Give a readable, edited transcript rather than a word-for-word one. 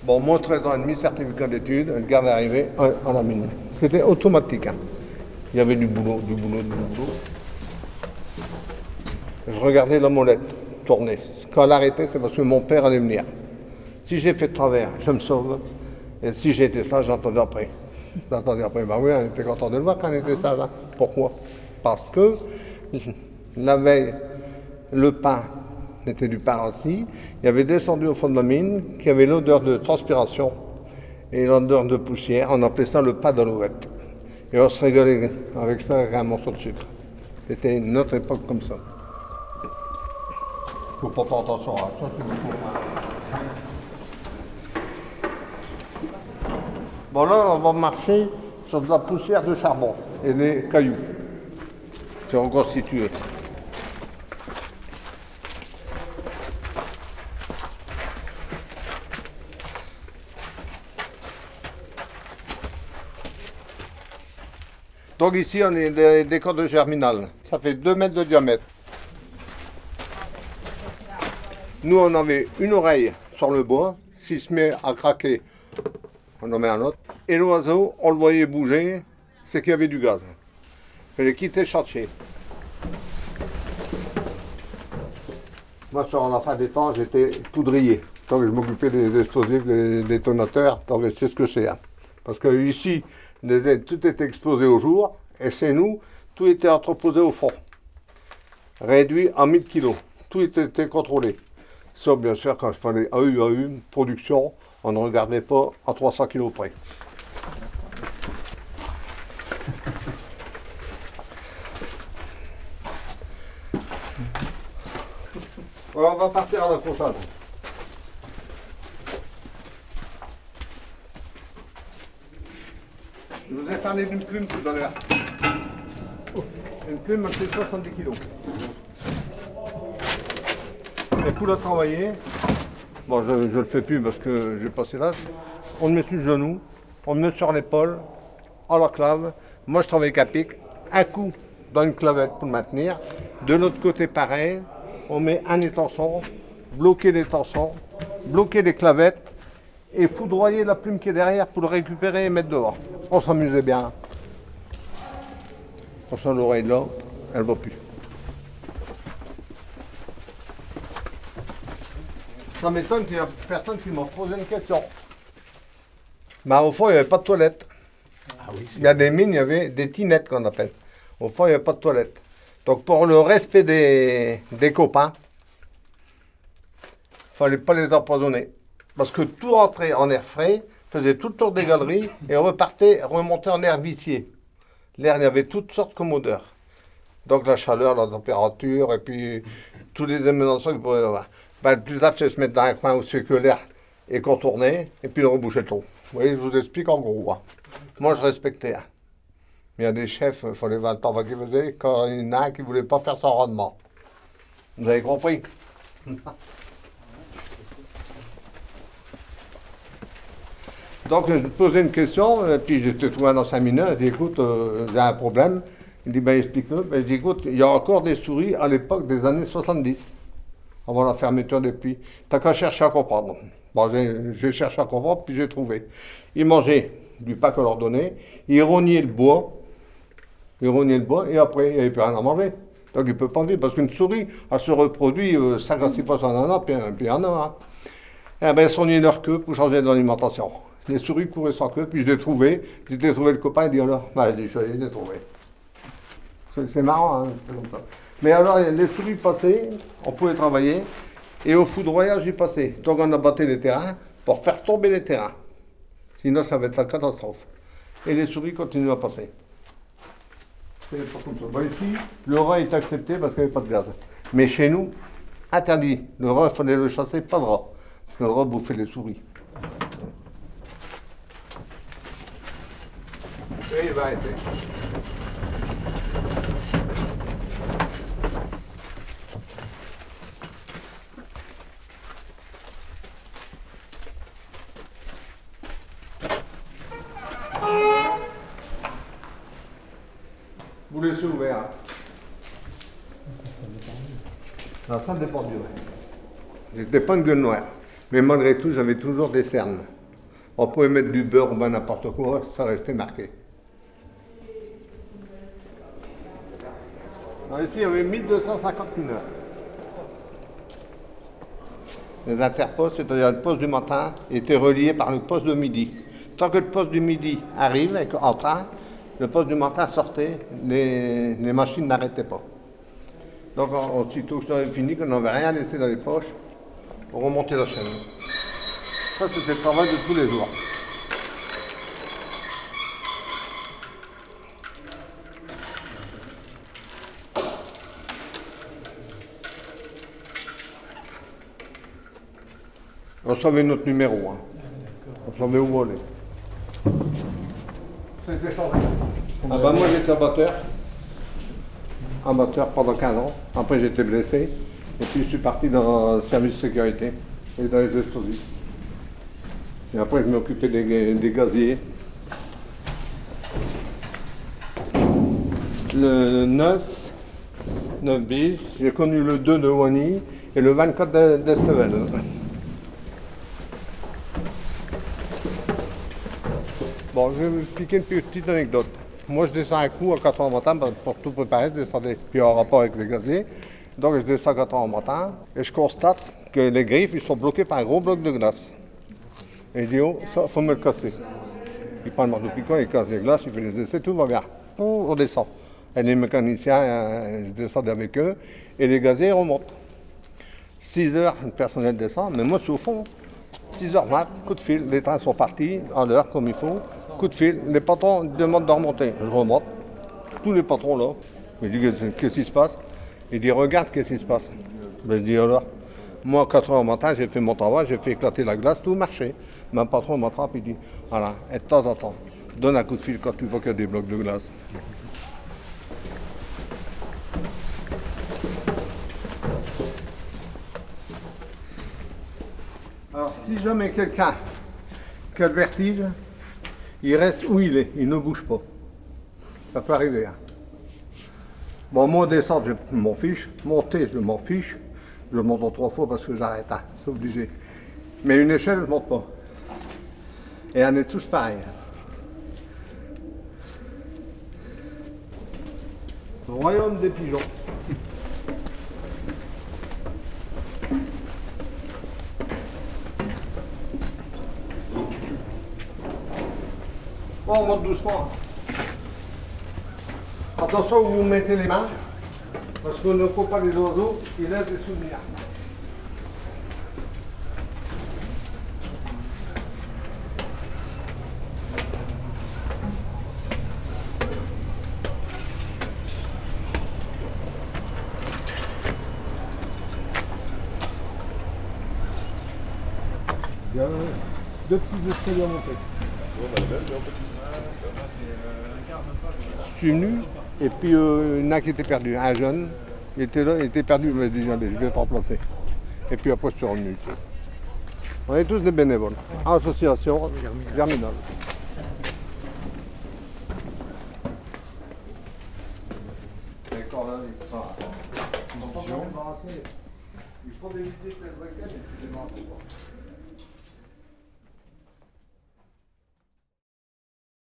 Bon, moi, 13 ans et demi, certificat d'études, le garde est arrivé à la mine. C'était automatique. Hein. Il y avait du boulot. Je regardais la molette tourner. Quand elle arrêtait, c'est parce que mon père allait venir. Si j'ai fait de travers, je me sauve. Et si j'ai été sage, j'entendais après. Bah oui, on était content de le voir quand on était sage. Hein. Pourquoi? Parce que la veille, le pain était du pain rassis. Il y avait descendu au fond de la mine, qui avait l'odeur de transpiration et l'odeur de poussière. On appelait ça le pain d'alouette. Et on se régalait avec ça, avec un morceau de sucre. C'était notre époque comme ça. Il ne faut pas faire attention à ça, c'est beaucoup. Bon là, on va marcher sur de la poussière de charbon et des cailloux. C'est reconstitué. Donc ici, on est des décors de germinal. Ça fait 2 mètres de diamètre. Nous, on avait une oreille sur le bois. S'il se met à craquer, on en met un autre. Et l'oiseau, on le voyait bouger, c'est qu'il y avait du gaz. Il fallait quitter le chantier. Moi, sur la fin des temps, j'étais poudrier. Donc, je m'occupais des explosifs, des détonateurs. Donc, c'est ce que c'est. Hein. Parce que ici, les aides, tout était explosé au jour. Et chez nous, tout était entreposé au fond. Réduit à 1000 kilos. Tout était contrôlé. Sauf, bien sûr, quand il fallait AU, production, on ne regardait pas à 300 kilos près. Alors, on va partir à la crochade. Je vous ai parlé d'une plume tout à l'heure. Une plume, elle fait 70 kilos. Et pour la travailler, bon, je ne le fais plus parce que j'ai passé l'âge, on le met sur le genou, on le met sur l'épaule, à la clave. Moi, je travaille avec un pic, un coup dans une clavette pour le maintenir. De l'autre côté, pareil, on met un étançon, bloquer l'étançon, bloquer les clavettes et foudroyer la plume qui est derrière pour le récupérer et mettre dehors. On s'amusait bien. On sent l'oreille là, elle ne va plus. Ça m'étonne qu'il n'y a personne qui m'a posé une question. Mais au fond, il n'y avait pas de toilette. Ah oui, il y a des mines, il y avait des tinettes qu'on appelle. Au fond, il n'y avait pas de toilette. Donc pour le respect des copains, il ne fallait pas les empoisonner. Parce que tout rentrait en air frais, faisait tout le tour des galeries et remontait en air vicié. L'air, il y avait toutes sortes comme odeurs. Donc la chaleur, la température et puis tous les émanations qu'il pourrait y avoir. Ben, le plus simple, c'est de se mettre dans un coin où c'est que l'air est contourné et puis de reboucher le trou. Vous voyez, je vous explique en gros. Hein. Moi, je respectais. Hein. Mais il y a des chefs, il fallait 20 ans qu'ils faisaient, quand il y en a un qui ne voulait pas faire son rendement. Vous avez compris? Donc, je me posais une question, et puis j'étais trouvé dans 5 minutes, j'ai dit, écoute, j'ai un problème. Il dit, ben explique-le. Ben, je dis, écoute, il y a encore des souris à l'époque des années 70. Avant la fermeture des puits. T'as qu'à chercher à comprendre. Bon, j'ai cherché à comprendre, puis j'ai trouvé. Ils mangeaient du pain qu'on leur donnait, ils rognaient le bois, et après, il n'y avait plus rien à manger. Donc, ils ne peuvent pas vivre, parce qu'une souris, elle se reproduit 5 à 6 fois sur un an, puis il y en a. Hein. Et ben, elles soignaient leur queue pour changer d'alimentation. Les souris couraient sans queue, puis je l'ai trouvé. J'ai trouvé le copain, il dit alors, je dis, je l'ai trouvé. C'est marrant, hein, c'est comme ça. Mais alors, les souris passaient, on pouvait travailler, et au foudroyage, ils passaient. Donc, on abattait les terrains pour faire tomber les terrains. Sinon, ça va être la catastrophe. Et les souris continuent à passer. C'est pas comme ça. Bon, ici, le rat est accepté parce qu'il n'y avait pas de gaz. Mais chez nous, interdit. Le rat, il fallait le chasser, pas de rat. Parce que le rat bouffait les souris. Et il va arrêter. Vous laissez ouvert. Hein. Non, ça dépend du vrai. J'étais pas une gueule noire. Mais malgré tout, j'avais toujours des cernes. On pouvait mettre du beurre ou ben n'importe quoi, ça restait marqué. Alors ici, il y avait 1250 mineurs. Les interpostes, c'est-à-dire le poste du matin, étaient reliés par le poste de midi. Tant que le poste du midi arrive en train, le poste du matin sortait, les machines n'arrêtaient pas. Donc aussitôt que ça avait fini, qu'on n'avait rien laissé dans les poches, on remontait la chaîne. Ça, c'était le travail de tous les jours. On savait notre numéro, hein. On savait où aller. C'était changé. Ah ben moi j'étais abatteur pendant 15 ans. Après j'étais blessé. Et puis je suis parti dans le service de sécurité et dans les explosifs. Et après je m'occupais des gaziers. Le 9 bis, j'ai connu le 2 de Wany et le 24 d'Estevel. Bon, je vais vous expliquer une petite anecdote. Moi, je descends un coup à 4 h du matin pour tout préparer, je descendais, puis en rapport avec les gaziers. Donc, je descends à 4 h du matin et je constate que les griffes, ils sont bloqués par un gros bloc de glace. Et il dit, oh, ça, faut me le casser. Il prend le marteau piquant, il casse les glaces, il fait les essais, tout va bien. On descend. Et les mécaniciens, je descends avec eux, et les gaziers remontent. 6 heures, le personnel descend, mais moi, je suis au fond. 6h20, coup de fil, les trains sont partis à l'heure comme il faut. Coup de fil, les patrons demandent de remonter. Je remonte, tous les patrons là. Je dis qu'est-ce qui se passe? Il dit regarde qu'est-ce qui se passe. Ben, je dis alors, moi à 4h du matin j'ai fait mon travail, j'ai fait éclater la glace, tout marchait. Mon patron m'attrape et dit voilà, et de temps en temps, donne un coup de fil quand tu vois qu'il y a des blocs de glace. Alors, si jamais quelqu'un qui a le vertige, il reste où il est, il ne bouge pas. Ça peut arriver. Hein. Bon, moi, descendre, je m'en fiche. Monter, je m'en fiche. Je monte en 3 fois parce que j'arrête. Hein. C'est obligé. Mais une échelle, je ne monte pas. Et on est tous pareils. Royaume des pigeons. Bon, on monte doucement. Attention où vous mettez les mains, parce qu'on ne faut pas les oiseaux, ils laissent des souvenirs. Il y a 2 petits escaliers à monter. Je suis venu, et puis il y en a qui était perdu. Un jeune, il était là, il était perdu, il m'a dit allez, je vais te remplacer. Et puis après, je suis revenu. On est tous des bénévoles. Association Germinal. D'accord, là, il faut des visites les week-ends et puis des